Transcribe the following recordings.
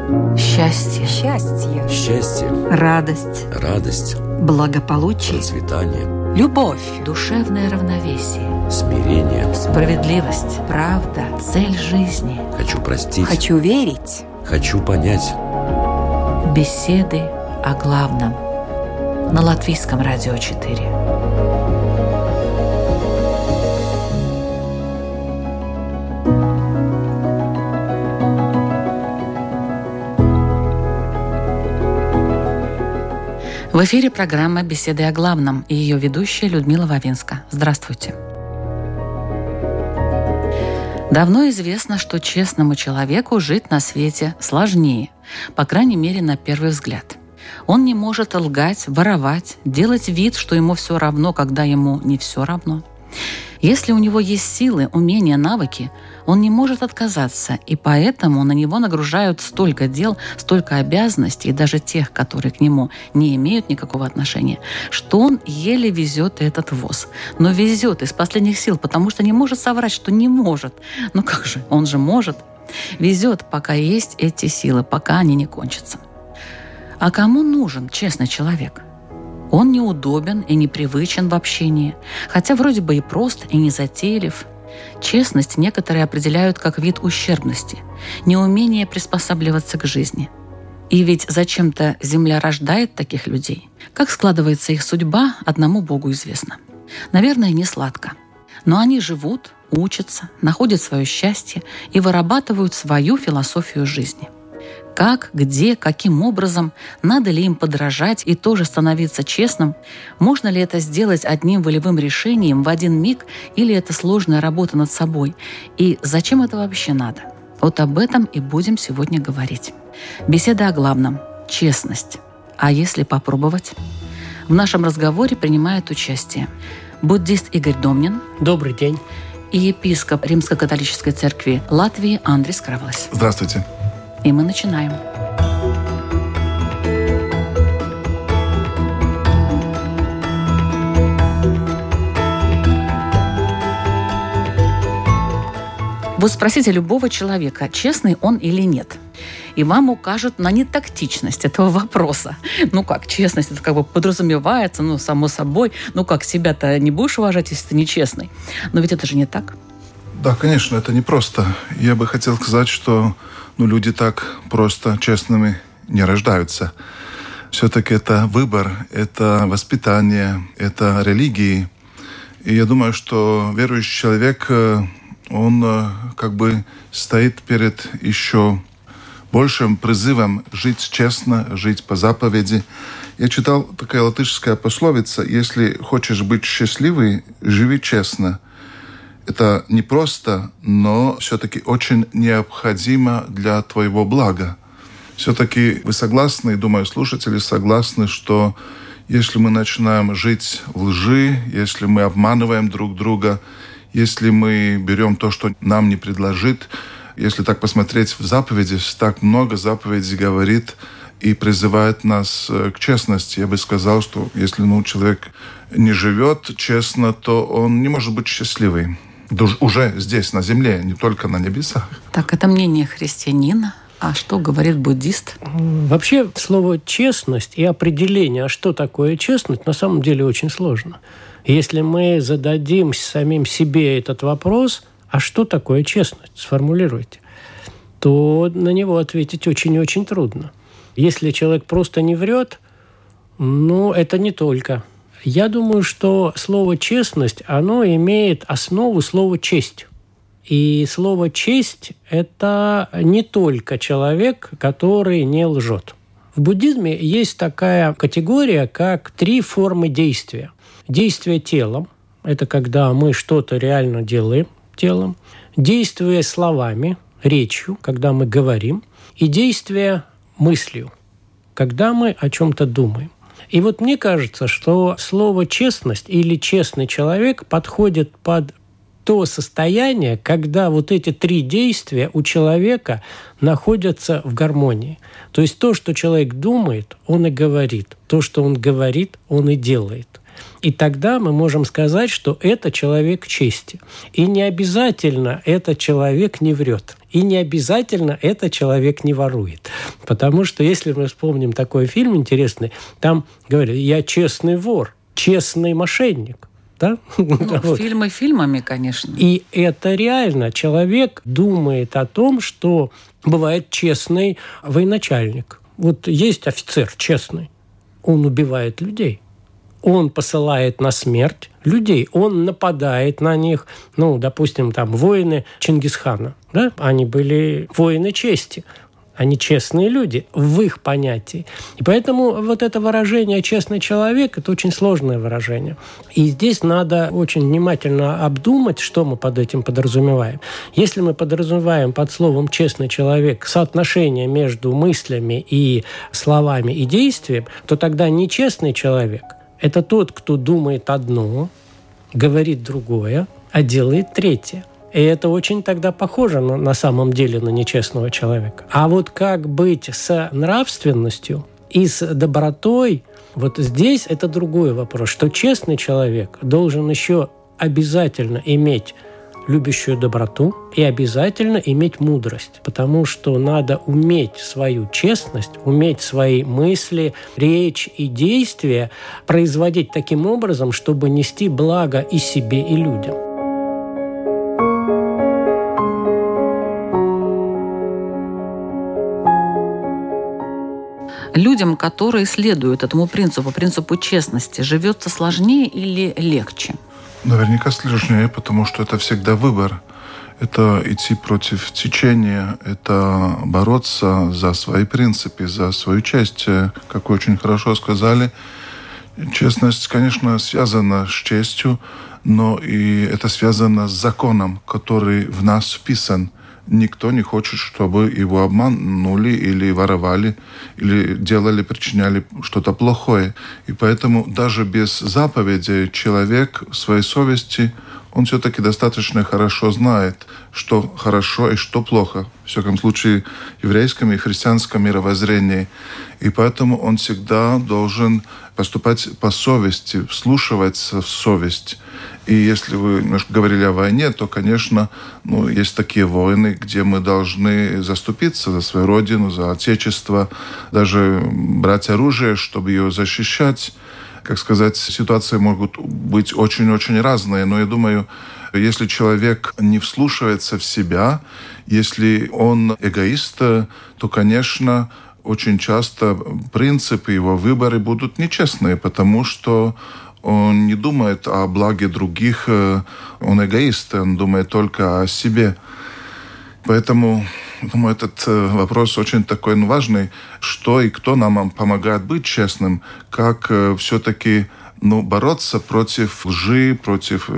Счастье. Счастье. Счастье. Радость. Радость. Благополучие. Процветание. Любовь. Душевное равновесие. Смирение. Справедливость. Правда. Цель жизни. Хочу простить. Хочу верить. Хочу понять. Беседы о главном. На Латвийском радио 4. В эфире программа «Беседы о главном» и ее ведущая Людмила Вавинска. Здравствуйте. Давно известно, что честному человеку жить на свете сложнее, по крайней мере, на первый взгляд. Он не может лгать, воровать, делать вид, что ему все равно, когда ему не все равно. Если у него есть силы, умения, навыки, он не может отказаться, и поэтому на него нагружают столько дел, столько обязанностей, и даже тех, которые к нему не имеют никакого отношения, что он еле везет этот воз. Но везет из последних сил, потому что не может соврать, что не может. Ну как же, он же может. Везет, пока есть эти силы, пока они не кончатся. А кому нужен честный человек? Он неудобен и непривычен в общении, хотя вроде бы и прост, и незатейлив. Честность некоторые определяют как вид ущербности, неумение приспосабливаться к жизни. И ведь зачем-то земля рождает таких людей. Как складывается их судьба, одному Богу известно. Наверное, не сладко. Но они живут, учатся, находят свое счастье и вырабатывают свою философию жизни. Как, где, каким образом, надо ли им подражать и тоже становиться честным? Можно ли это сделать одним волевым решением в один миг, или это сложная работа над собой? И зачем это вообще надо? Вот об этом и будем сегодня говорить. Беседа о главном – честность. А если попробовать? В нашем разговоре принимает участие буддист Игорь Домнин. Добрый день. И епископ Римско-католической церкви Латвии Андрис Кравлес. Здравствуйте. И мы начинаем. Вы спросите любого человека, честный он или нет, и вам укажут на нетактичность этого вопроса. Ну как, честность, это как бы подразумевается, само собой. Ну как, себя-то не будешь уважать, если ты нечестный? Но ведь это же не так. Да, конечно, это непросто. Я бы хотел сказать, что люди так просто честными не рождаются. Все-таки это выбор, это воспитание, это религии. И я думаю, что верующий человек, он как бы стоит перед еще большим призывом жить честно, жить по заповеди. Я читал такая латышская пословица: «Если хочешь быть счастливым, живи честно». Это непросто, но все-таки очень необходимо для твоего блага. Все-таки вы согласны, и, думаю, слушатели согласны, что если мы начинаем жить в лжи, если мы обманываем друг друга, если мы берем то, что нам не предложит, если так посмотреть в заповеди, так много заповедей говорит и призывает нас к честности. Я бы сказал, что если человек не живет честно, то он не может быть счастливым. Уже здесь, на земле, не только на небесах. Так, это мнение христианина. А что говорит буддист? Вообще, слово «честность» и определение, а что такое честность, на самом деле очень сложно. Если мы зададим самим себе этот вопрос, а что такое честность, сформулируйте, то на него ответить очень и очень трудно. Если человек просто не врет, это не только. Я думаю, что слово «честность», оно имеет основу слова «честь». И слово «честь» – это не только человек, который не лжет. В буддизме есть такая категория, как 3 формы действия. Действие телом – это когда мы что-то реально делаем телом. Действие словами, речью, когда мы говорим. И действие мыслью, когда мы о чем-то думаем. И вот мне кажется, что слово «честность» или «честный человек» подходит под то состояние, когда вот эти 3 действия у человека находятся в гармонии. То есть то, что человек думает, он и говорит. То, что он говорит, он и делает. И тогда мы можем сказать, что это человек чести. И не обязательно этот человек не врет. И не обязательно этот человек не ворует. Потому что, если мы вспомним такой фильм интересный, там говорят, я честный вор, честный мошенник. Да? Фильмы фильмами, конечно. И это реально. Человек думает о том, что бывает честный военачальник. Вот есть офицер честный. Он убивает людей. Он посылает на смерть людей. Он нападает на них. Допустим, там воины Чингисхана. Да? Они были воины чести. Они честные люди в их понятии. И поэтому вот это выражение «честный человек» – это очень сложное выражение. И здесь надо очень внимательно обдумать, что мы под этим подразумеваем. Если мы подразумеваем под словом «честный человек» соотношение между мыслями и словами и действием, то тогда нечестный человек – это тот, кто думает одно, говорит другое, а делает третье. И это очень тогда похоже на самом деле на нечестного человека. А вот как быть с нравственностью и с добротой, вот здесь это другой вопрос, что честный человек должен еще обязательно иметь любящую доброту и обязательно иметь мудрость, потому что надо уметь свою честность, уметь свои мысли, речь и действия производить таким образом, чтобы нести благо и себе, и людям. Людям, которые следуют этому принципу честности, живется сложнее или легче? Наверняка сложнее, потому что это всегда выбор. Это идти против течения, это бороться за свои принципы, за свою честь. Как вы очень хорошо сказали, честность, конечно, связана с честью, но и это связано с законом, который в нас вписан. Никто не хочет, чтобы его обманули или воровали, или причиняли что-то плохое. И поэтому даже без заповеди человек в своей совести, он все-таки достаточно хорошо знает, что хорошо и что плохо. В всяком случае, в еврейском и христианском мировоззрении. И поэтому он всегда должен поступать по совести, вслушиваться в совесть. И если вы немножко говорили о войне, то, конечно, есть такие войны, где мы должны заступиться за свою родину, за отечество, даже брать оружие, чтобы ее защищать. Как сказать, ситуации могут быть очень-очень разные, но я думаю, если человек не вслушивается в себя, если он эгоист, то, конечно, очень часто принципы, его выборы будут нечестные, потому что он не думает о благе других, он эгоист, он думает только о себе. Поэтому, думаю, этот вопрос очень такой важный, что и кто нам помогает быть честным, как все-таки бороться против лжи, против,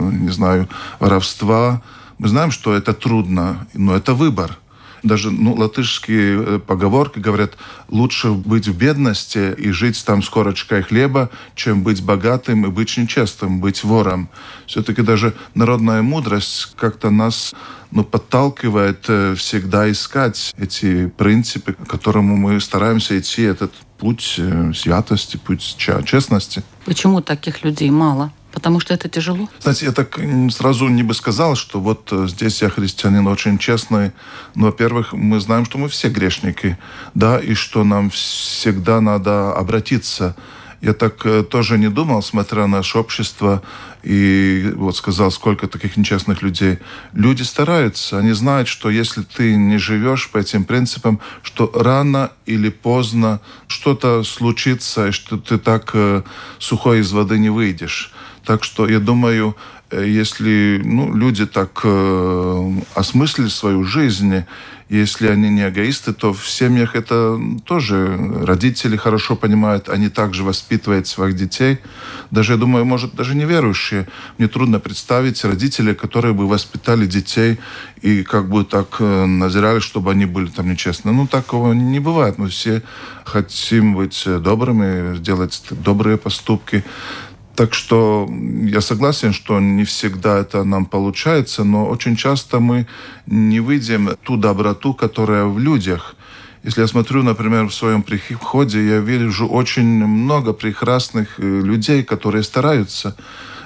воровства. Мы знаем, что это трудно, но это выбор. Даже латышские поговорки говорят, лучше быть в бедности и жить там с корочкой хлеба, чем быть богатым и быть нечестным, быть вором. Все-таки даже народная мудрость как-то нас подталкивает всегда искать эти принципы, к которому мы стараемся идти, этот путь святости, путь честности. Почему таких людей мало? Потому что это тяжело? Знаете, я так сразу не бы сказал, что вот здесь я христианин очень честный. Но, во-первых, мы знаем, что мы все грешники, да, и что нам всегда надо обратиться. Я так тоже не думал, смотря на наше общество, и вот сказал, сколько таких нечестных людей. Люди стараются, они знают, что если ты не живешь по этим принципам, что рано или поздно что-то случится, и что ты так сухой из воды не выйдешь. Так что я думаю, если люди так осмыслили свою жизнь, если они не эгоисты, то в семьях это тоже родители хорошо понимают, они также воспитывают своих детей. Даже, я думаю, может, даже неверующие. Мне трудно представить родителей, которые бы воспитали детей и как бы так назирали, чтобы они были там нечестны. Такого не бывает. Мы все хотим быть добрыми, делать добрые поступки. Так что я согласен, что не всегда это нам получается, но очень часто мы не видим ту доброту, которая в людях. Если я смотрю, например, в своем приходе, я вижу очень много прекрасных людей, которые стараются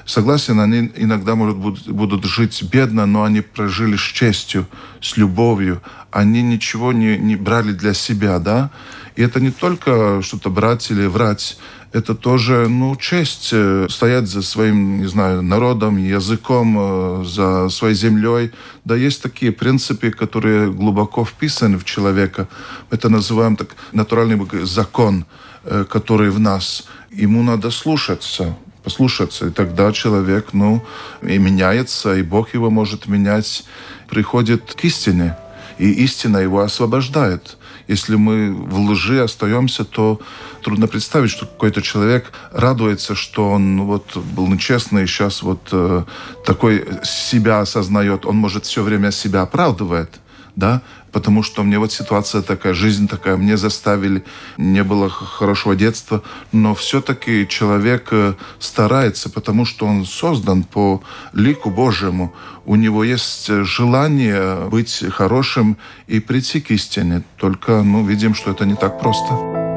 Согласен, они иногда, может, будут жить бедно, но они прожили с честью, с любовью. Они ничего не брали для себя, да? И это не только что-то брать или врать, это тоже, честь, стоять за своим, не знаю, народом, языком, за своей землей. Да, есть такие принципы, которые глубоко вписаны в человека. Это называем так натуральный закон, который в нас. Ему надо послушаться, и тогда человек, и меняется, и Бог его может менять, приходит к истине, и истина его освобождает. Если мы в лжи остаемся, то трудно представить, что какой-то человек радуется, что он был нечестный, и сейчас такой себя осознает. Он, может, все время себя оправдывает, да, потому что мне ситуация такая, жизнь такая, мне заставили, не было хорошего детства, но все-таки человек старается, потому что он создан по лику Божьему. У него есть желание быть хорошим и прийти к истине. Только, видим, что это не так просто.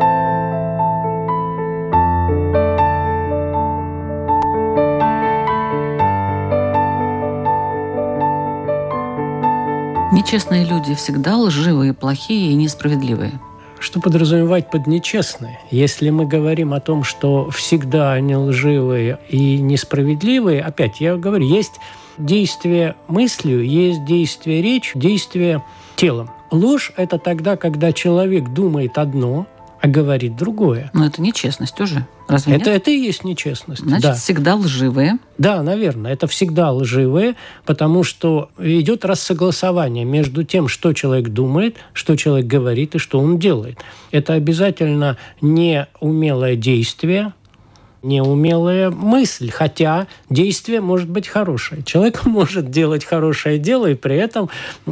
Нечестные люди всегда лживые, плохие и несправедливые. Что подразумевать под нечестные? Если мы говорим о том, что всегда они лживые и несправедливые, опять я говорю, есть действие мыслью, есть действие речью, действие телом. Ложь – это тогда, когда человек думает одно, а говорит другое. Но это нечестность уже. Разве нет? Это и есть нечестность. Значит, всегда лживые. Да, наверное, это всегда лживые, потому что идет рассогласование между тем, что человек думает, что человек говорит и что он делает. Это обязательно неумелое действие, неумелая мысль, хотя действие может быть хорошее. Человек может делать хорошее дело и при этом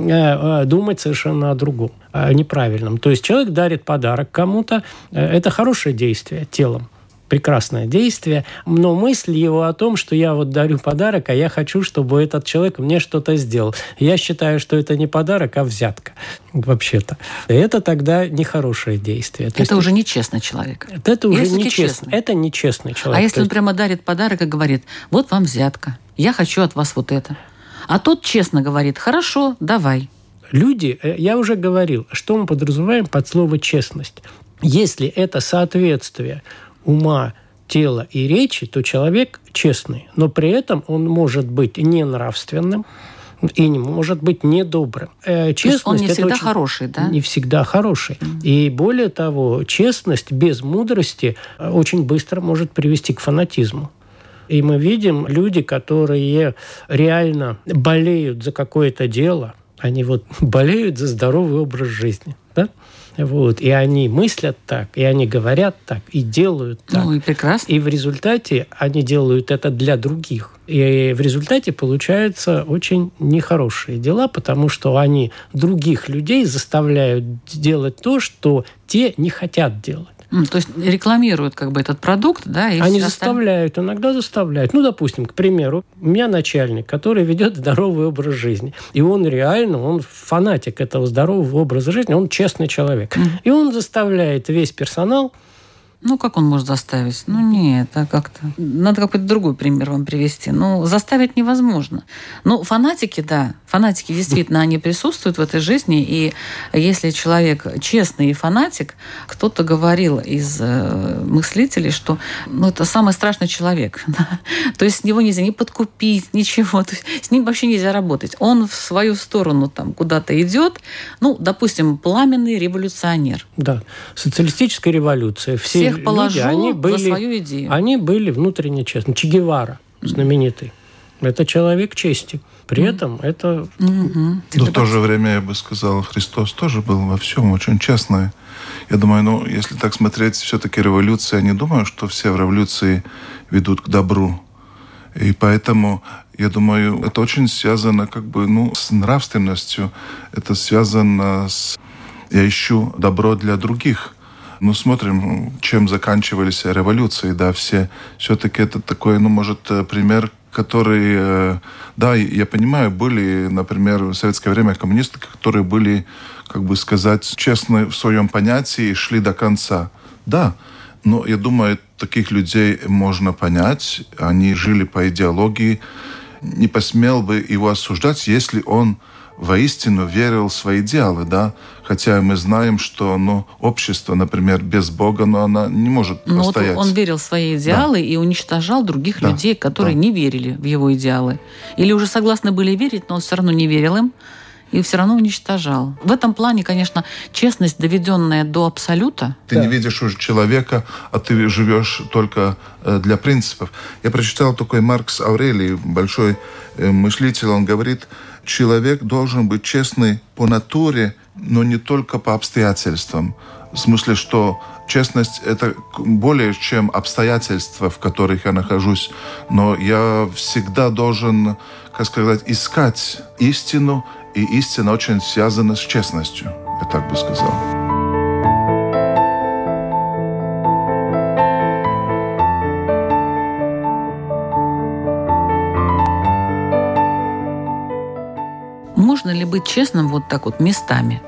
думать совершенно о другом, о неправильном. То есть человек дарит подарок кому-то, это хорошее действие телом, прекрасное действие, но мысль его о том, что я дарю подарок, а я хочу, чтобы этот человек мне что-то сделал. Я считаю, что это не подарок, а взятка, вообще-то. Это тогда нехорошее действие. Это уже нечестный человек. Это уже нечестный. Это нечестный человек. А если он прямо дарит подарок и говорит, вот вам взятка, я хочу от вас это. А тот честно говорит, хорошо, давай. Люди, я уже говорил, что мы подразумеваем под слово «честность». Если это соответствие ума, тела и речи, то человек честный. Но при этом он может быть ненравственным и не может быть недобрым. Честность он не всегда хороший, да? Не всегда хороший. И более того, честность без мудрости очень быстро может привести к фанатизму. И мы видим люди, которые реально болеют за какое-то дело, они болеют за здоровый образ жизни, да? И они мыслят так, и они говорят так, и делают так. И прекрасно. И в результате они делают это для других. И в результате получаются очень нехорошие дела, потому что они других людей заставляют делать то, что те не хотят делать. То есть рекламируют этот продукт, да? И они заставляют, иногда заставляют. Допустим, к примеру, у меня начальник, который ведет здоровый образ жизни. И он он фанатик этого здорового образа жизни, он честный человек. И он заставляет весь персонал. Как он может заставить? Нет, как-то. Надо какой-то другой пример вам привести. Заставить невозможно. Фанатики, да. Фанатики действительно, они присутствуют в этой жизни. И если человек честный и фанатик, кто-то говорил из мыслителей, что это самый страшный человек. То есть с него нельзя ни подкупить, ничего. То есть с ним вообще нельзя работать. Он в свою сторону куда-то идет. Допустим, пламенный революционер. Да. Социалистическая революция. Все положу люди, за свою идею. Они были внутренне честны. Че Гевара знаменитый. Это человек чести. При этом это... Но в то же время, я бы сказал, Христос тоже был во всем очень честный. Я думаю, если так смотреть, все-таки революция, я не думаю, что все в революции ведут к добру. И поэтому, я думаю, это очень связано с нравственностью. Это связано с... Я ищу добро для других. Смотрим, чем заканчивались революции, да, все-таки это такой, может, пример, который, да, я понимаю, были, например, в советское время коммунисты, которые были, честны в своем понятии и шли до конца. Да, но я думаю, таких людей можно понять. Они жили по идеологии. Не посмел бы его осуждать, если он воистину верил в свои идеалы, да? Хотя мы знаем, что общество, например, без Бога, оно не может постоять. Вот он верил в свои идеалы и уничтожал других людей, которые не верили в его идеалы. Или уже согласны были верить, но он все равно не верил им и все равно уничтожал. В этом плане, конечно, честность, доведенная до абсолюта. Ты не видишь уже человека, а ты живешь только для принципов. Я прочитал такой Маркс Аурелий, большой мыслитель, он говорит, человек должен быть честный по натуре, но не только по обстоятельствам. В смысле, что честность – это более чем обстоятельства, в которых я нахожусь. Но я всегда должен, искать истину, и истина очень связана с честностью, я так бы сказал. Можно ли быть честным вот так вот местами?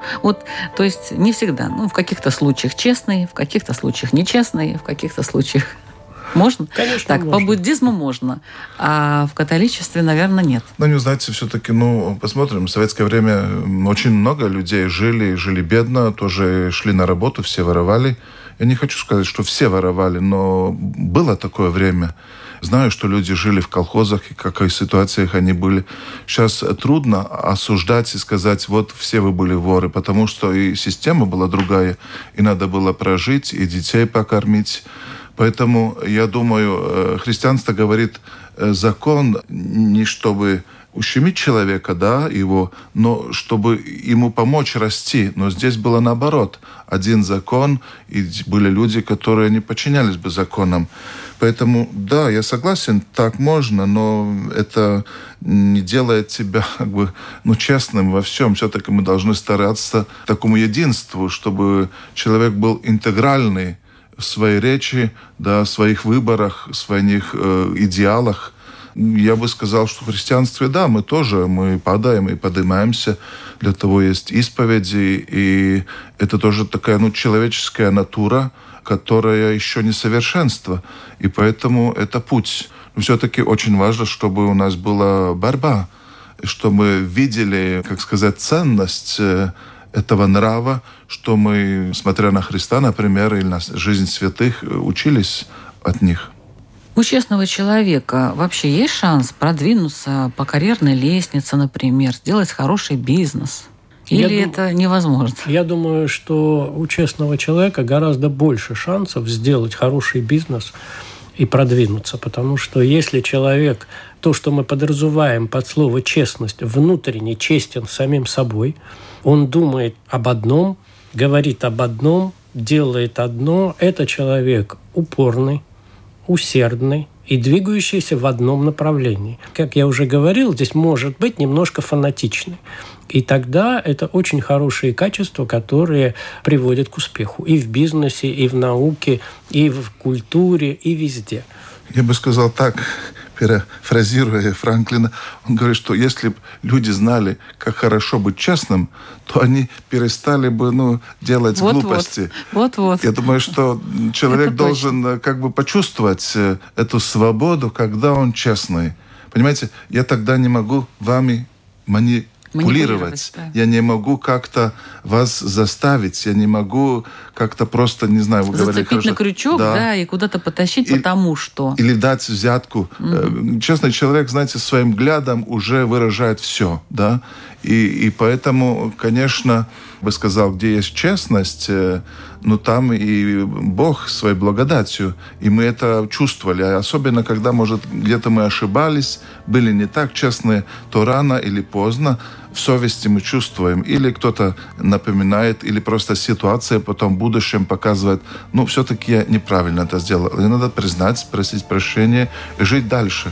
То есть не всегда. В каких-то случаях честный, в каких-то случаях нечестный, в каких-то случаях можно? Конечно, так, можно. По буддизму можно, а в католичестве, наверное, нет. Знаете, все-таки, посмотрим. В советское время очень много людей жили бедно, тоже шли на работу, все воровали. Я не хочу сказать, что все воровали, но было такое время. Знаю, что люди жили в колхозах, и в каких ситуациях они были. Сейчас трудно осуждать и сказать, вот все вы были воры, потому что и система была другая, и надо было прожить, и детей покормить. Поэтому, я думаю, христианство говорит, закон не чтобы ущемить человека, его, но чтобы ему помочь расти. Но здесь было наоборот. Один закон, и были люди, которые не подчинялись бы законам. Поэтому, да, я согласен, так можно, но это не делает тебя честным во всем. Все-таки мы должны стараться к такому единству, чтобы человек был интегральный в своей речи, в своих выборах, в своих идеалах. Я бы сказал, что в христианстве, мы падаем и поднимаемся. Для того есть исповеди, и это тоже такая человеческая натура, которая еще не совершенство. И поэтому это путь. Но все-таки очень важно, чтобы у нас была борьба, чтобы мы видели, ценность этого нрава, что мы, смотря на Христа, например, или на жизнь святых, учились от них. У честного человека вообще есть шанс продвинуться по карьерной лестнице, например, сделать хороший бизнес? Или это невозможно? Я думаю, что у честного человека гораздо больше шансов сделать хороший бизнес и продвинуться. Потому что если человек, то, что мы подразумеваем под слово «честность», внутренне честен самим собой, он думает об одном, говорит об одном, делает одно, это человек упорный, усердный и двигающийся в одном направлении. Как я уже говорил, здесь может быть немножко фанатичный. И тогда это очень хорошие качества, которые приводят к успеху и в бизнесе, и в науке, и в культуре, и везде. Я бы сказал так, перефразируя Франклина, он говорит, что если бы люди знали, как хорошо быть честным, то они перестали бы делать глупости. Вот. Я думаю, что человек должен почувствовать эту свободу, когда он честный. Понимаете, я тогда не могу вами манипулировать. Да. Я не могу как-то вас заставить, я не могу как-то просто, не знаю, вы говорили зацепить на крючок, и куда-то потащить, потому что... Или дать взятку. Честный человек, знаете, своим взглядом уже выражает все, И поэтому, конечно, бы сказал, где есть честность, там и Бог своей благодатью. И мы это чувствовали. Особенно, когда, может, где-то мы ошибались, были не так честны, то рано или поздно в совести мы чувствуем. Или кто-то напоминает, или просто ситуация потом в будущем показывает, все-таки я неправильно это сделал. И надо признать, спросить прощения и жить дальше,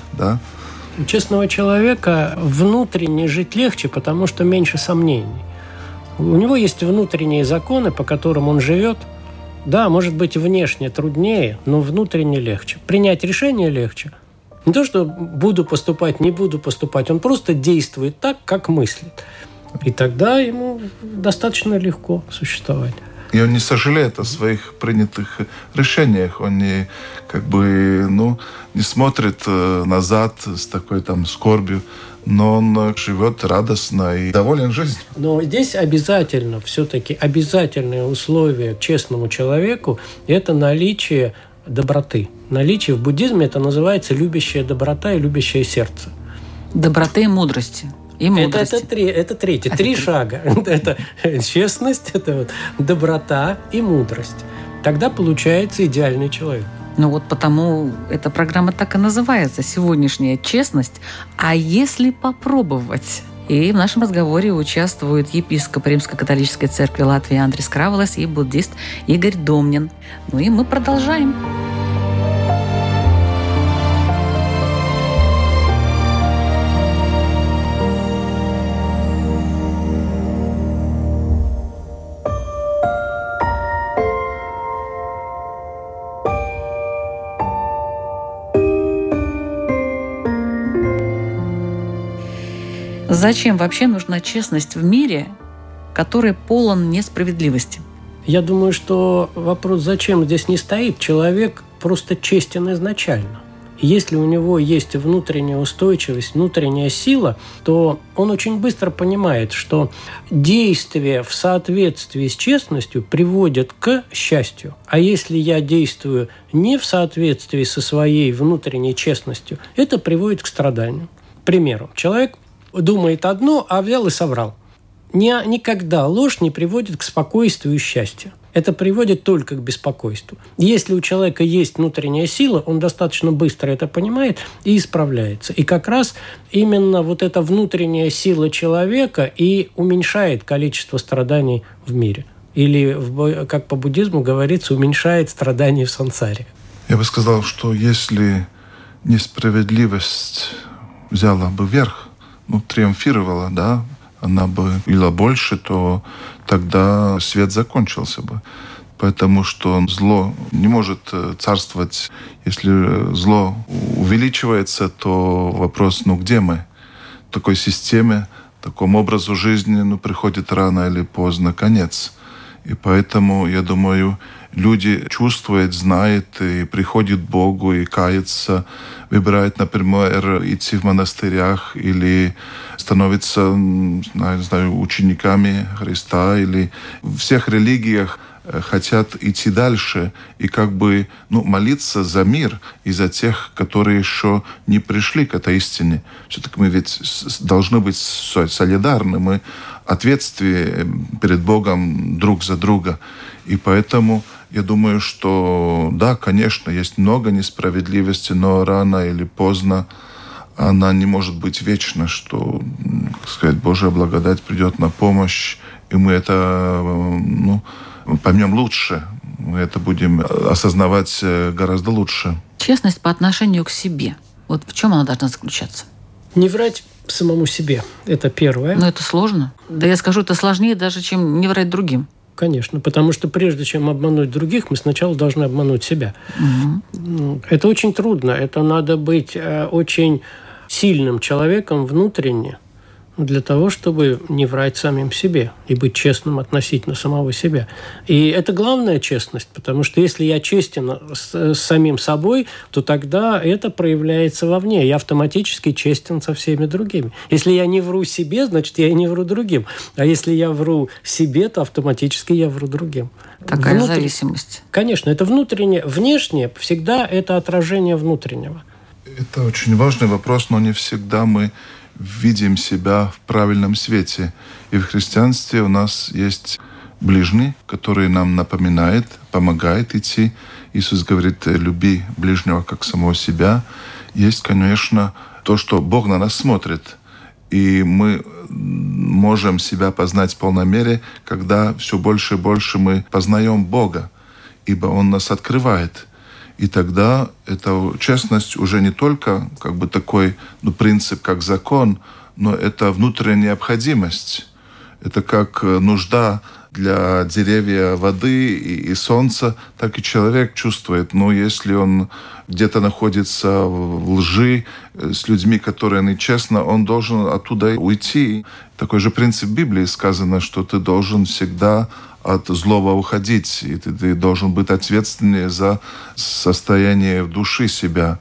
У честного человека внутренне жить легче, потому что меньше сомнений. У него есть внутренние законы, по которым он живет. Да, может быть, внешне труднее, но внутренне легче. Принять решение легче. Не то, что буду поступать, не буду поступать. Он просто действует так, как мыслит. И тогда ему достаточно легко существовать. И он не сожалеет о своих принятых решениях. Он не, не смотрит назад с такой скорбью, но он живет радостно и доволен жизнью. Но здесь обязательно, все-таки обязательное условие к честному человеку – это наличие доброты. Наличие в буддизме это называется любящая доброта и любящее сердце. Доброты и мудрости. И мудрости. Это третье. Три шага. Это честность, это доброта и мудрость. Тогда получается идеальный человек. Потому эта программа так и называется «Сегодняшняя честность». А если попробовать? И в нашем разговоре участвуют епископ Римско-католической церкви Латвии Андрис Кравалас и буддист Игорь Домнин. И мы продолжаем. Зачем вообще нужна честность в мире, который полон несправедливости? Я думаю, что вопрос «зачем» здесь не стоит. Человек просто честен изначально. И если у него есть внутренняя устойчивость, внутренняя сила, то он очень быстро понимает, что действие в соответствии с честностью приводит к счастью. А если я действую не в соответствии со своей внутренней честностью, это приводит к страданию. К примеру, человек думает одно, а взял и соврал. Никогда ложь не приводит к спокойствию и счастью. Это приводит только к беспокойству. Если у человека есть внутренняя сила, он достаточно быстро это понимает и исправляется. И как раз именно эта внутренняя сила человека и уменьшает количество страданий в мире. Или, как по буддизму говорится, уменьшает страдания в сансаре. Я бы сказал, что если несправедливость взяла бы верх, триумфировала, да, она бы была больше, то тогда свет закончился бы. Потому что зло не может царствовать. Если зло увеличивается, то вопрос, где мы? В такой системе, такому образу жизни, приходит рано или поздно конец. И поэтому, я думаю, люди чувствуют, знают и приходят к Богу и каются, выбирают, например, идти в монастырях или становятся, учениками Христа, или в всех религиях хотят идти дальше и молиться за мир и за тех, которые еще не пришли к этой истине. Все-таки мы ведь должны быть солидарны, мы ответственны перед Богом друг за друга. И поэтому я думаю, что да, конечно, есть много несправедливости, но рано или поздно она не может быть вечна, что, Божья благодать придет на помощь, и мы это поймем лучше, мы это будем осознавать гораздо лучше. Честность по отношению к себе. В чем она должна заключаться? Не врать самому себе. Это первое. Но это сложно. Да я скажу, это сложнее даже, чем не врать другим. Конечно, потому что прежде чем обмануть других, мы сначала должны обмануть себя. Угу. Это очень трудно. Это надо быть очень сильным человеком внутренне для того, чтобы не врать самим себе и быть честным относительно самого себя. И это главная честность, потому что если я честен с самим собой, то тогда это проявляется вовне. Я автоматически честен со всеми другими. Если я не вру себе, значит, я и не вру другим. А если я вру себе, то автоматически я вру другим. Такая зависимость. Конечно, это внутреннее. Внешнее всегда это отражение внутреннего. Это очень важный вопрос, но не всегда мы видим себя в правильном свете. И в христианстве у нас есть ближний, который нам напоминает, помогает идти. Иисус говорит: люби ближнего как самого себя. Есть, конечно, то, что Бог на нас смотрит. И мы можем себя познать в полной мере, когда все больше и больше мы познаем Бога, ибо Он нас открывает. И тогда эта честность уже не только такой принцип, как закон, но это внутренняя необходимость. Это как нужда для деревьев воды и солнца, так и человек чувствует. Но если он где-то находится в лжи с людьми, которые нечестно, он должен оттуда уйти. Такой же принцип в Библии сказано, что ты должен всегда от злого уходить, и ты должен быть ответственнее за состояние души себя.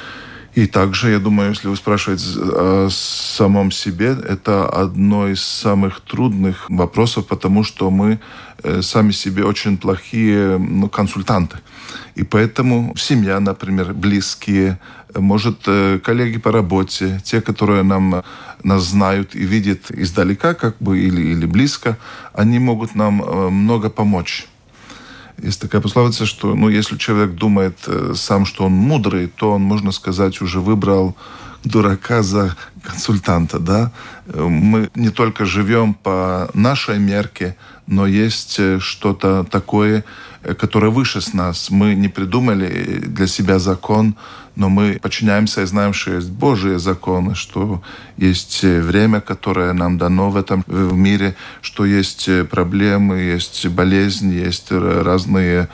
И также, я думаю, если вы спрашиваете о самом себе, это одно из самых трудных вопросов, потому что мы сами себе очень плохие консультанты. И поэтому семья, например, близкие, может, коллеги по работе, те, которые нас знают и видят издалека, или близко, они могут нам много помочь. Есть такая пословица, что если человек думает сам, что он мудрый, то он, можно сказать, уже выбрал дурака за консультанта. Да? Мы не только живем по нашей мерке, но есть что-то такое, которое выше с нас. Мы не придумали для себя закон, но мы подчиняемся и знаем, что есть Божьи законы, что есть время, которое нам дано в этом мире, что есть проблемы, есть болезни, есть разные,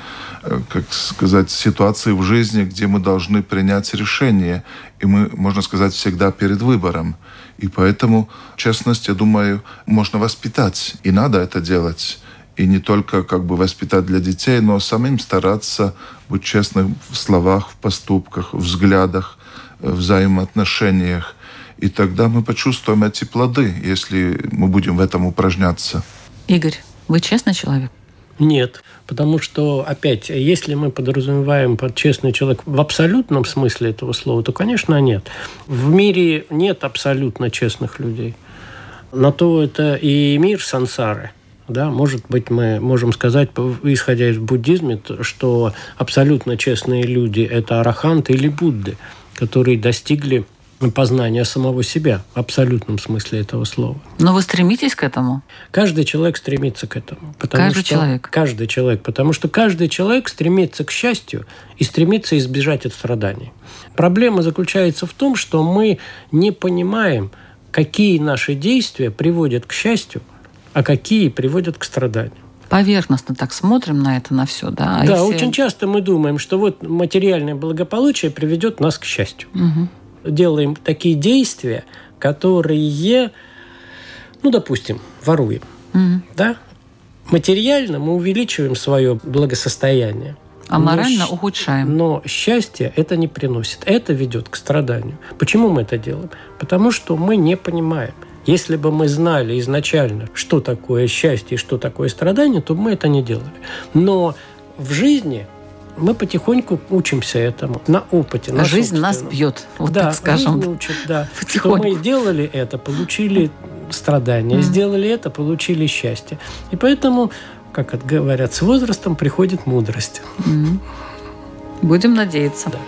ситуации в жизни, где мы должны принять решение. И мы, можно сказать, всегда перед выбором. И поэтому честность, я думаю, можно воспитать. И надо это делать. И не только воспитать для детей, но самим стараться быть честным в словах, в поступках, в взглядах, в взаимоотношениях. И тогда мы почувствуем эти плоды, если мы будем в этом упражняться. Игорь, вы честный человек? Нет, потому что, опять, если мы подразумеваем под честный человек в абсолютном смысле этого слова, то, конечно, нет. В мире нет абсолютно честных людей. На то это и мир сансары. Да, может быть, мы можем сказать, исходя из буддизма, что абсолютно честные люди – это араханты или Будды, которые достигли познания самого себя в абсолютном смысле этого слова. Но вы стремитесь к этому? Каждый человек стремится к этому. Каждый человек? Каждый человек. Потому что каждый человек стремится к счастью и стремится избежать от страданий. Проблема заключается в том, что мы не понимаем, какие наши действия приводят к счастью, а какие приводят к страданию. Поверхностно так смотрим на это, на все, да? Да, очень часто мы думаем, что материальное благополучие приведет нас к счастью. Угу. Делаем такие действия, которые, допустим, воруем. Угу. Да? Материально мы увеличиваем свое благосостояние. А морально ухудшаем. Но счастье это не приносит. Это ведет к страданию. Почему мы это делаем? Потому что мы не понимаем. Если бы мы знали изначально, что такое счастье и что такое страдание, то мы это не делали. Но в жизни мы потихоньку учимся этому, на опыте. На жизнь нас бьет, так скажем. Жизнь учит, что мы делали это, получили страдания, сделали это, получили счастье. И поэтому, как говорят, с возрастом приходит мудрость. Будем надеяться. Да.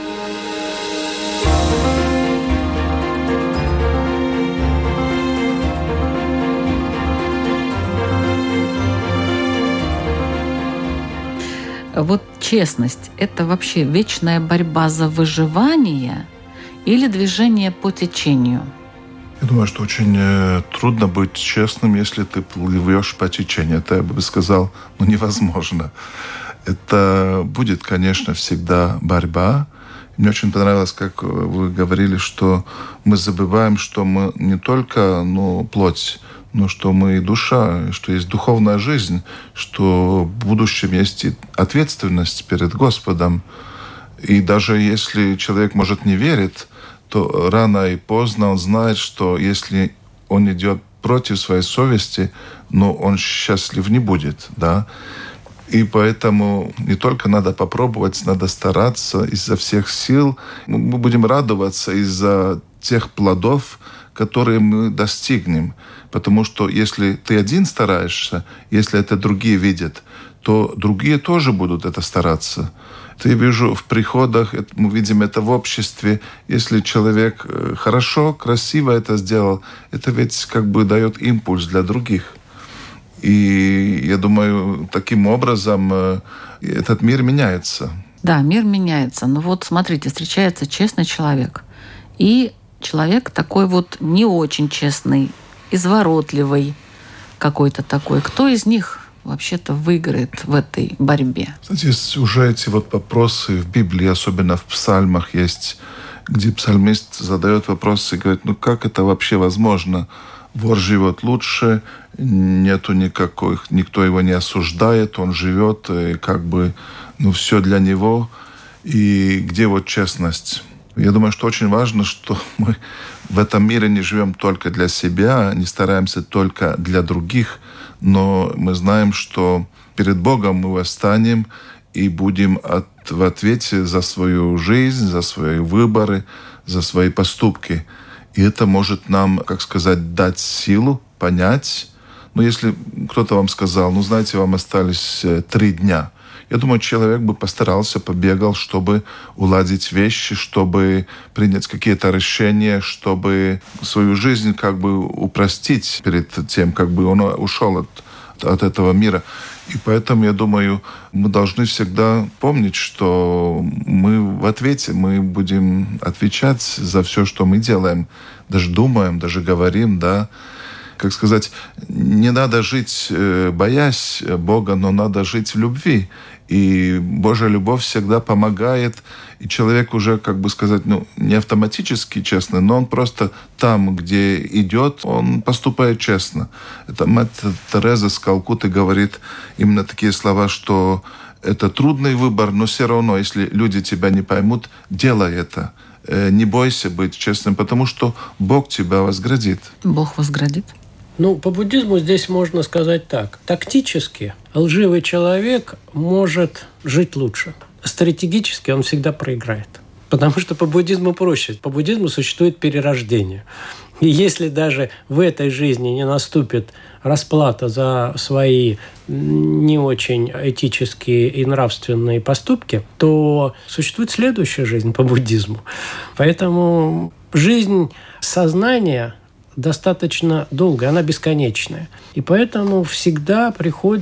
Вот честность – это вообще вечная борьба за выживание или движение по течению? Я думаю, что очень трудно быть честным, если ты плывешь по течению. Это, я бы сказал, невозможно. Это будет, конечно, всегда борьба. Мне очень понравилось, как вы говорили, что мы забываем, что мы не только плоть, но что мы и душа, что есть духовная жизнь, что в будущем есть и ответственность перед Господом. И даже если человек, может, не верит, то рано и поздно он знает, что если он идет против своей совести, он счастлив не будет. Да? И поэтому не только надо попробовать, надо стараться изо всех сил. Мы будем радоваться из-за тех плодов, которые мы достигнем. Потому что если ты один стараешься, если это другие видят, то другие тоже будут это стараться. Я вижу в приходах, мы видим это в обществе. Если человек хорошо, красиво это сделал, это ведь дает импульс для других. И я думаю, таким образом этот мир меняется. Да, мир меняется. Но вот смотрите, встречается честный человек. И человек такой не очень честный, изворотливый. какой-то такой. Кто из них вообще-то выиграет в этой борьбе? Кстати, есть уже эти вот вопросы в Библии, особенно в псальмах есть, где псалмист задает вопросы и говорит, как это вообще возможно? Вор живет лучше, нету никаких, никто его не осуждает, он живет, и все для него. И где вот честность? Я думаю, что очень важно, что мы в этом мире не живем только для себя, не стараемся только для других, но мы знаем, что перед Богом мы восстанем и будем в ответе за свою жизнь, за свои выборы, за свои поступки. И это может нам, дать силу, понять. Если кто-то вам сказал, знаете, вам остались 3 дня, я думаю, человек бы постарался, побегал, чтобы уладить вещи, чтобы принять какие-то решения, чтобы свою жизнь упростить перед тем, он ушел от этого мира. И поэтому, я думаю, мы должны всегда помнить, что мы в ответе, мы будем отвечать за все, что мы делаем, даже думаем, даже говорим, да. Не надо жить, боясь Бога, но надо жить в любви. И Божья любовь всегда помогает. И человек уже, не автоматически честный, но он просто там, где идет, он поступает честно. Это мать Тереза с Калкутты говорит именно такие слова, что это трудный выбор, но все равно, если люди тебя не поймут, делай это. Не бойся быть честным, потому что Бог тебя возградит. Бог возградит? По буддизму здесь можно сказать так. Тактически лживый человек может жить лучше. Стратегически он всегда проиграет. Потому что по буддизму проще. По буддизму существует перерождение. И если даже в этой жизни не наступит расплата за свои не очень этические и нравственные поступки, то существует следующая жизнь по буддизму. Поэтому жизнь сознания достаточно долгая, она бесконечная. И поэтому всегда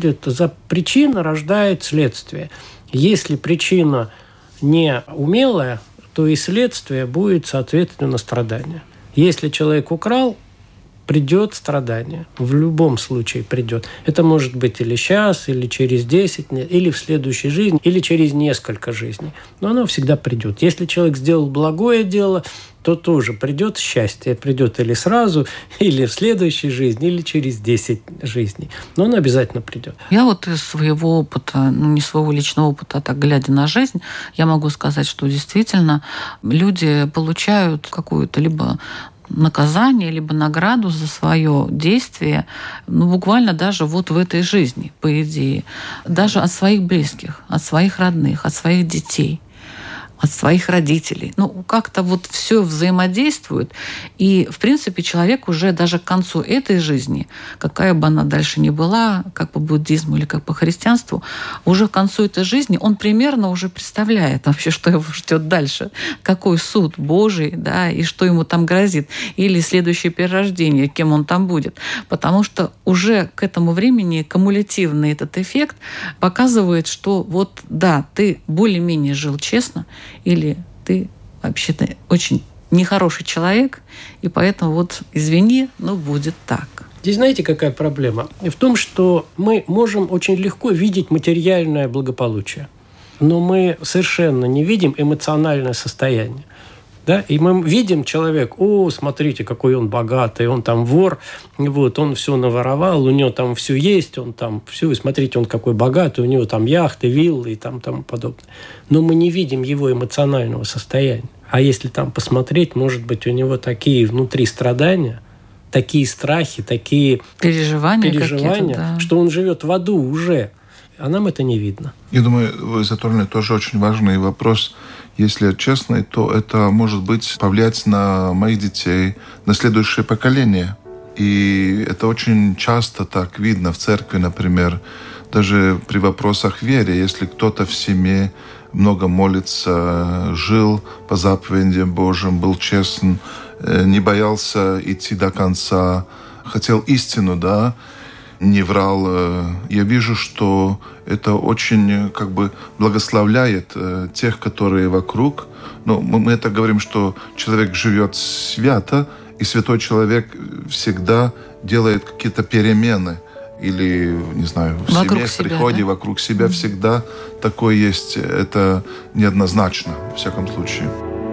причина рождает следствие. Если причина не умелая, то и следствие будет, соответственно, страдание. Если человек украл, придет страдание. В любом случае придет. Это может быть или сейчас, или через 10 лет, или в следующей жизни, или через несколько жизней. Но оно всегда придет. Если человек сделал благое дело, то тоже придет счастье. Придет или сразу, или в следующей жизни, или через 10 жизней. Но оно обязательно придет. Я из своего опыта, не своего личного опыта, а так глядя на жизнь, я могу сказать, что действительно люди получают какую-то либо наказание, либо награду за свое действие, буквально даже в этой жизни, по идее. Даже от своих близких, от своих родных, от своих детей, от своих родителей. Как-то все взаимодействует. И, в принципе, человек уже даже к концу этой жизни, какая бы она дальше ни была, как по буддизму или как по христианству, уже к концу этой жизни он примерно уже представляет вообще, что его ждет дальше, какой суд Божий, да, и что ему там грозит, или следующее перерождение, кем он там будет. Потому что уже к этому времени кумулятивный этот эффект показывает, что ты более-менее жил честно, или ты вообще-то очень нехороший человек, и поэтому извини, но будет так. Здесь знаете, какая проблема? В том, что мы можем очень легко видеть материальное благополучие, но мы совершенно не видим эмоциональное состояние. Да? И мы видим человека, смотрите, какой он богатый, он там вор, он все наворовал, у него там все есть, он там все, и смотрите, он какой богатый, у него там яхты, виллы и тому подобное. Но мы не видим его эмоционального состояния. А если там посмотреть, может быть, у него такие внутри страдания, такие страхи, такие переживания, да, что он живет в аду уже. А нам это не видно. Я думаю, вы затронули тоже очень важный вопрос. Если я честный, то это может повлиять на моих детей, на следующее поколение. И это очень часто так видно в церкви, например, даже при вопросах веры. Если кто-то в семье много молится, жил по заповедям Божьим, был честен, не боялся идти до конца, хотел истину, да, не врал. Я вижу, что это очень благословляет тех, которые вокруг. Мы это говорим, что человек живет свято, и святой человек всегда делает какие-то перемены. или, не знаю, в вокруг семье, в себя, приходе, да? вокруг себя всегда такое есть. Это неоднозначно, во всяком случае.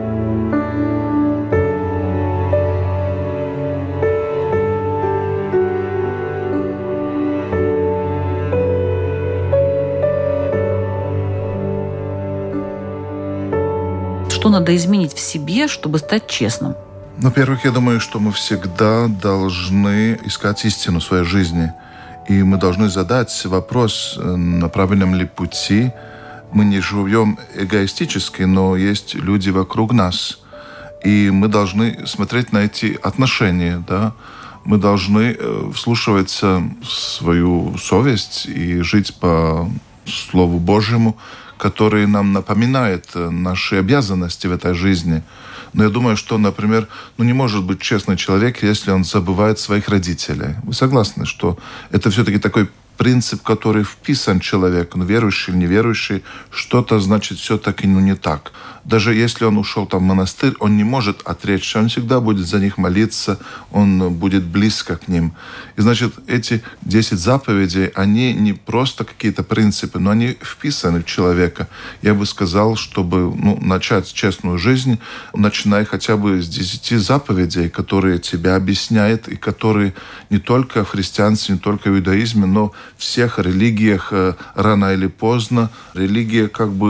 Что надо изменить в себе, чтобы стать честным? Во-первых, я думаю, что мы всегда должны искать истину в своей жизни. И мы должны задать вопрос, на правильном ли пути. Мы не живем эгоистически, но есть люди вокруг нас. И мы должны смотреть на эти отношения, да? Мы должны вслушиваться в свою совесть и жить по Слову Божьему, который нам напоминает наши обязанности в этой жизни. Но я думаю, что, например, не может быть честный человек, если он забывает своих родителей. Вы согласны, что это все-таки такой принцип, который вписан в человека, верующий или неверующий, что-то, значит, все-таки не так. Даже если он ушел в монастырь, он не может отречься, он всегда будет за них молиться, он будет близко к ним. И, значит, эти 10 заповедей, они не просто какие-то принципы, но они вписаны в человека. Я бы сказал, чтобы начать честную жизнь, начинай хотя бы с 10 заповедей, которые тебя объясняют, и которые не только в христианстве, не только в иудаизме, но в всех религиях рано или поздно религия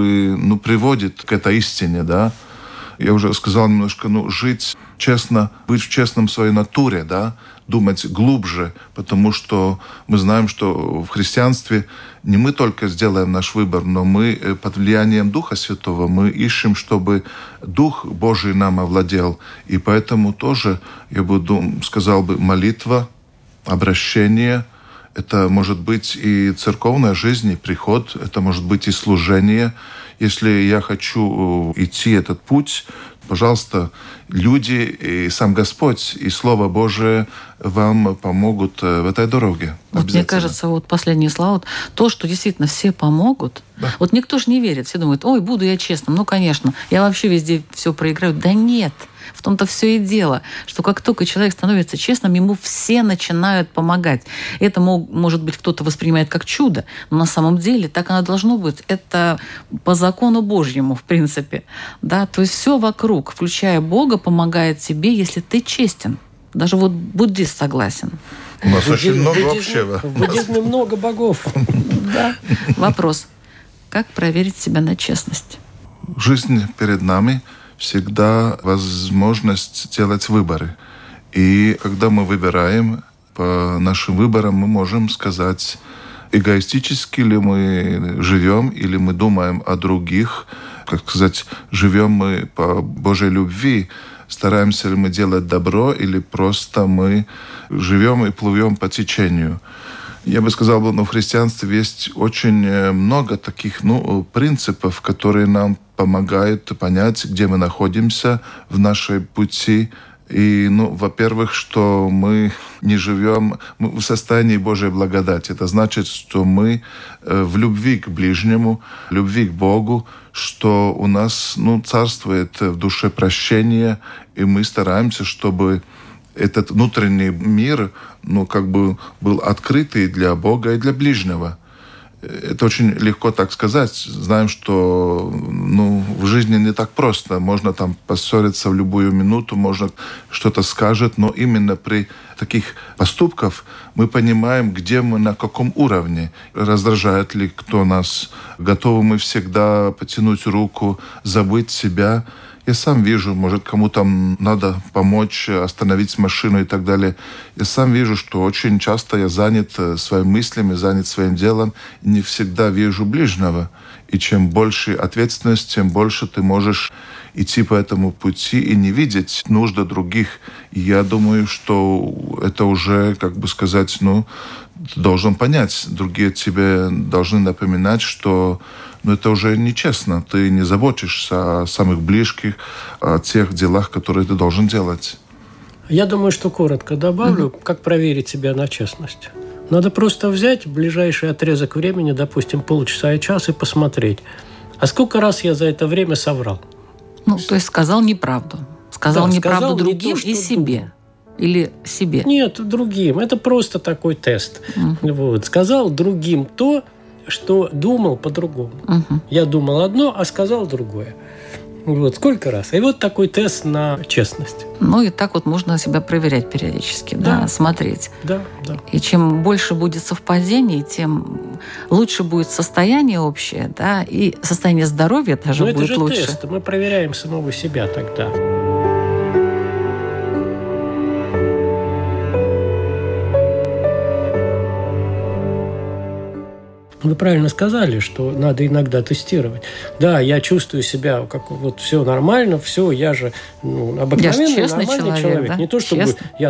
приводит к этой истине, да. Я уже сказал немножко, жить честно, быть честным в своей натуре, да, думать глубже, потому что мы знаем, что в христианстве не мы только сделаем наш выбор, но мы под влиянием Духа Святого, мы ищем, чтобы Дух Божий нам овладел. И поэтому тоже, я бы сказал бы, молитва, обращение, это может быть и церковная жизнь, и приход, это может быть и служение. Если я хочу идти этот путь, пожалуйста, люди и сам Господь, и Слово Божие вам помогут в этой дороге. Мне кажется, последние слова, то, что действительно все помогут. Да. Никто же не верит. Все думают, буду я честным. Конечно, я вообще везде все проиграю. Да нет. В том-то все и дело, что как только человек становится честным, ему все начинают помогать. Это, может быть, кто-то воспринимает как чудо, но на самом деле так оно должно быть. Это по закону Божьему, в принципе. Да? То есть все вокруг, включая Бога, помогает тебе, если ты честен. Даже буддист согласен. У нас очень много общего. В буддизме много богов. Да. Вопрос. Как проверить себя на честность? Жизнь перед нами всегда возможность делать выборы. И когда мы выбираем, по нашим выборам мы можем сказать, эгоистически ли мы живем, или мы думаем о других, живем мы по Божьей любви, стараемся ли мы делать добро, или просто мы живем и плывем по течению. Я бы сказал, в христианстве есть очень много таких принципов, которые нам помогают понять, где мы находимся в нашей пути. И, во-первых, что мы не живем в состоянии Божьей благодати. Это значит, что мы в любви к ближнему, любви к Богу, что у нас царствует в душе прощение, и мы стараемся, чтобы этот внутренний мир был открытый для Бога и для ближнего. Это очень легко так сказать. Знаем, что в жизни не так просто. Можно поссориться в любую минуту, можно что-то скажет, но именно при таких поступках мы понимаем, где мы, на каком уровне. Раздражает ли кто нас? Готовы мы всегда потянуть руку, забыть себя? Я сам вижу, может, кому-то надо помочь, остановить машину и так далее. Я сам вижу, что очень часто я занят своими мыслями, занят своим делом, и не всегда вижу ближнего. И чем больше ответственность, тем больше ты можешь идти по этому пути и не видеть нужды других. И я думаю, что это уже, ты должен понять. Другие тебе должны напоминать, что это уже нечестно. Ты не заботишься о самых близких, о тех делах, которые ты должен делать. Я думаю, что коротко добавлю, как проверить себя на честность. Надо просто взять ближайший отрезок времени, допустим, полчаса и час, и посмотреть, а сколько раз я за это время соврал. То есть сказал неправду. Сказал неправду другим и себе. или себе? Нет, другим. Это просто такой тест. Вот. Сказал другим то, что думал по-другому. Я думал одно, а сказал другое. Вот, сколько раз. И вот такой тест на честность. Ну, и так вот можно себя проверять периодически, да, смотреть. Да. И чем больше будет совпадений, тем лучше будет состояние общее, да, и состояние здоровья даже будет лучше. Но это же тест. Мы проверяем самого себя тогда. Вы правильно сказали, что надо иногда тестировать. Да, я чувствую себя, как вот все нормально, все, я же обыкновенный, нормальный человек. Да? Не то, чтобы я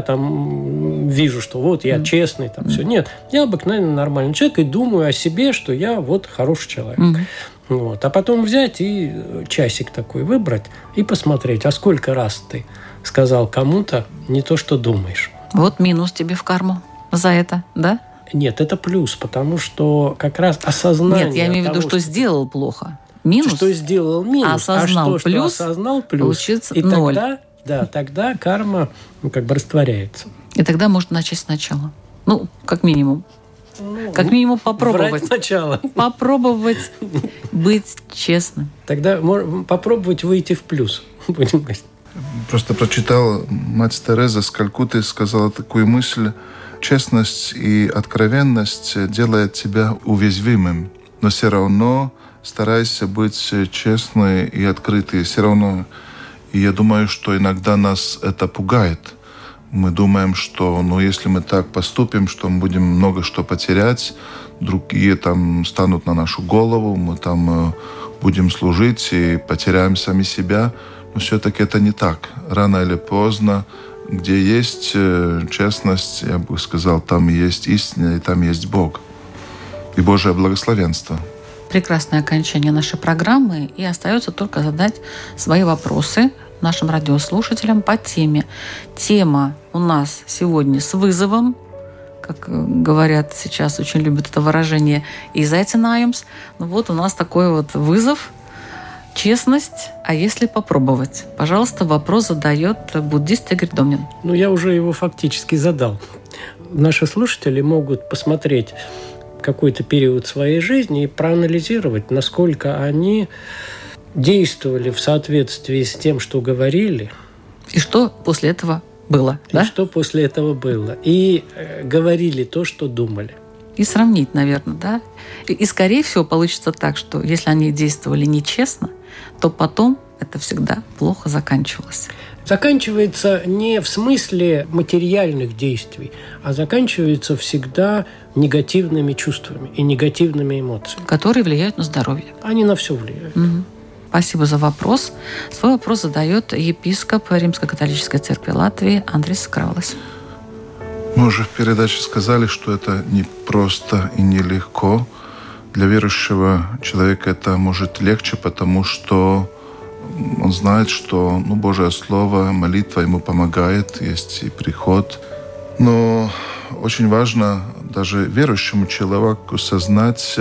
там вижу, что вот я честный, там все. Нет, я обыкновенный, нормальный человек и думаю о себе, что я вот хороший человек. Вот. А потом взять и часик такой выбрать и посмотреть, а сколько раз ты сказал кому-то не то, что думаешь. Вот минус тебе в карму за это, да? Нет, это плюс, потому что как раз осознание... Нет, я имею в виду, что сделал плохо. Минус. Что сделал минус, осознал плюс, что осознал плюс. Получится и 0. Тогда карма растворяется. И тогда можно начать сначала. Ну, как минимум. Как минимум попробовать. Врать сначала. Попробовать быть честным. Тогда попробовать выйти в плюс. Будем говорить. Просто прочитал, мать Тереза с Калькутты сказала такую мысль: честность и откровенность делают тебя уязвимым, но все равно старайся быть честной и открытой. Все равно, и я думаю, что иногда нас это пугает. Мы думаем, что если мы так поступим, что мы будем много что потерять, другие там станут на нашу голову, мы там будем служить и потеряем сами себя. Но все-таки это не так. Рано или поздно, где есть честность, я бы сказал, там есть истина и там есть Бог. И Божие благословенство. Прекрасное окончание нашей программы. И остается только задать свои вопросы нашим радиослушателям по теме. Тема у нас сегодня с вызовом. Как говорят сейчас, очень любят это выражение, «изайцинājums». Ну вот у нас такой вот вызов. Честность, а если попробовать? Пожалуйста, вопрос задает буддист Игорь Домнин. Я уже его фактически задал. Наши слушатели могут посмотреть какой-то период своей жизни и проанализировать, насколько они действовали в соответствии с тем, что говорили. И что после этого было. И что после этого было. И говорили то, что думали. И сравнить, наверное, да? И, скорее всего, получится так, что если они действовали нечестно, то потом это всегда плохо заканчивалось. Заканчивается не в смысле материальных действий, а заканчивается всегда негативными чувствами и негативными эмоциями. Которые влияют на здоровье. Они на все влияют. Спасибо за вопрос. Свой вопрос задает епископ Римско-католической церкви Латвии Андрис Скраулес. Мы уже в передаче сказали, что это не просто и нелегко. Для верующего человека это может легче, потому что он знает, что Божье Слово, молитва ему помогает, есть и приход. Но очень важно даже верующему человеку сознать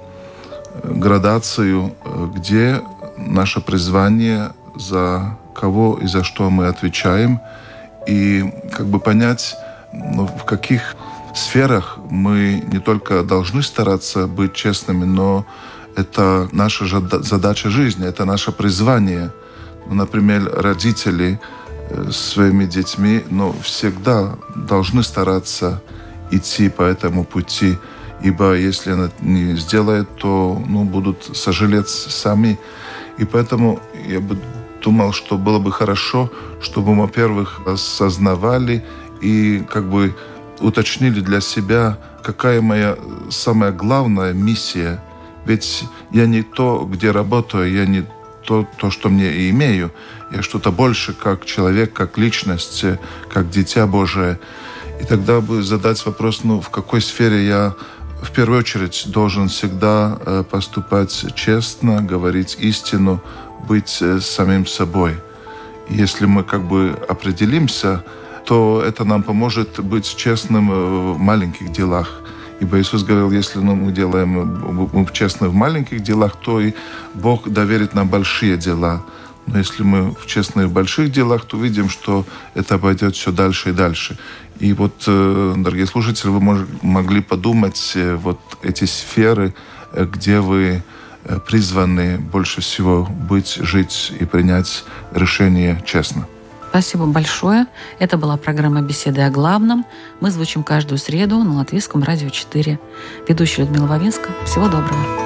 градацию, где наше призвание, за кого и за что мы отвечаем, и понять, в каких сферах мы не только должны стараться быть честными, но это наша же задача жизни, это наше призвание. Например, родители своими детьми всегда должны стараться идти по этому пути, ибо если она не сделает, то будут сожалеть сами. И поэтому я бы думал, что было бы хорошо, чтобы мы, во-первых, осознавали и уточнили для себя, какая моя самая главная миссия. Ведь я не то, где работаю, я не то, что мне и имею. Я что-то больше, как человек, как личность, как дитя Божие. И тогда бы задать вопрос, в какой сфере я в первую очередь должен всегда поступать честно, говорить истину, быть самим собой. И если мы определимся, то это нам поможет быть честным в маленьких делах. Ибо Иисус говорил, если мы честны в маленьких делах, то и Бог доверит нам большие дела. Но если мы честны в больших делах, то видим, что это пойдет все дальше и дальше. И вот, дорогие слушатели, вы могли подумать, вот эти сферы, где вы призваны больше всего быть, жить и принять решение честно. Спасибо большое. Это была программа «Беседы о главном». Мы звучим каждую среду на Латвийском радио 4. Ведущая Людмила Вавинска. Всего доброго.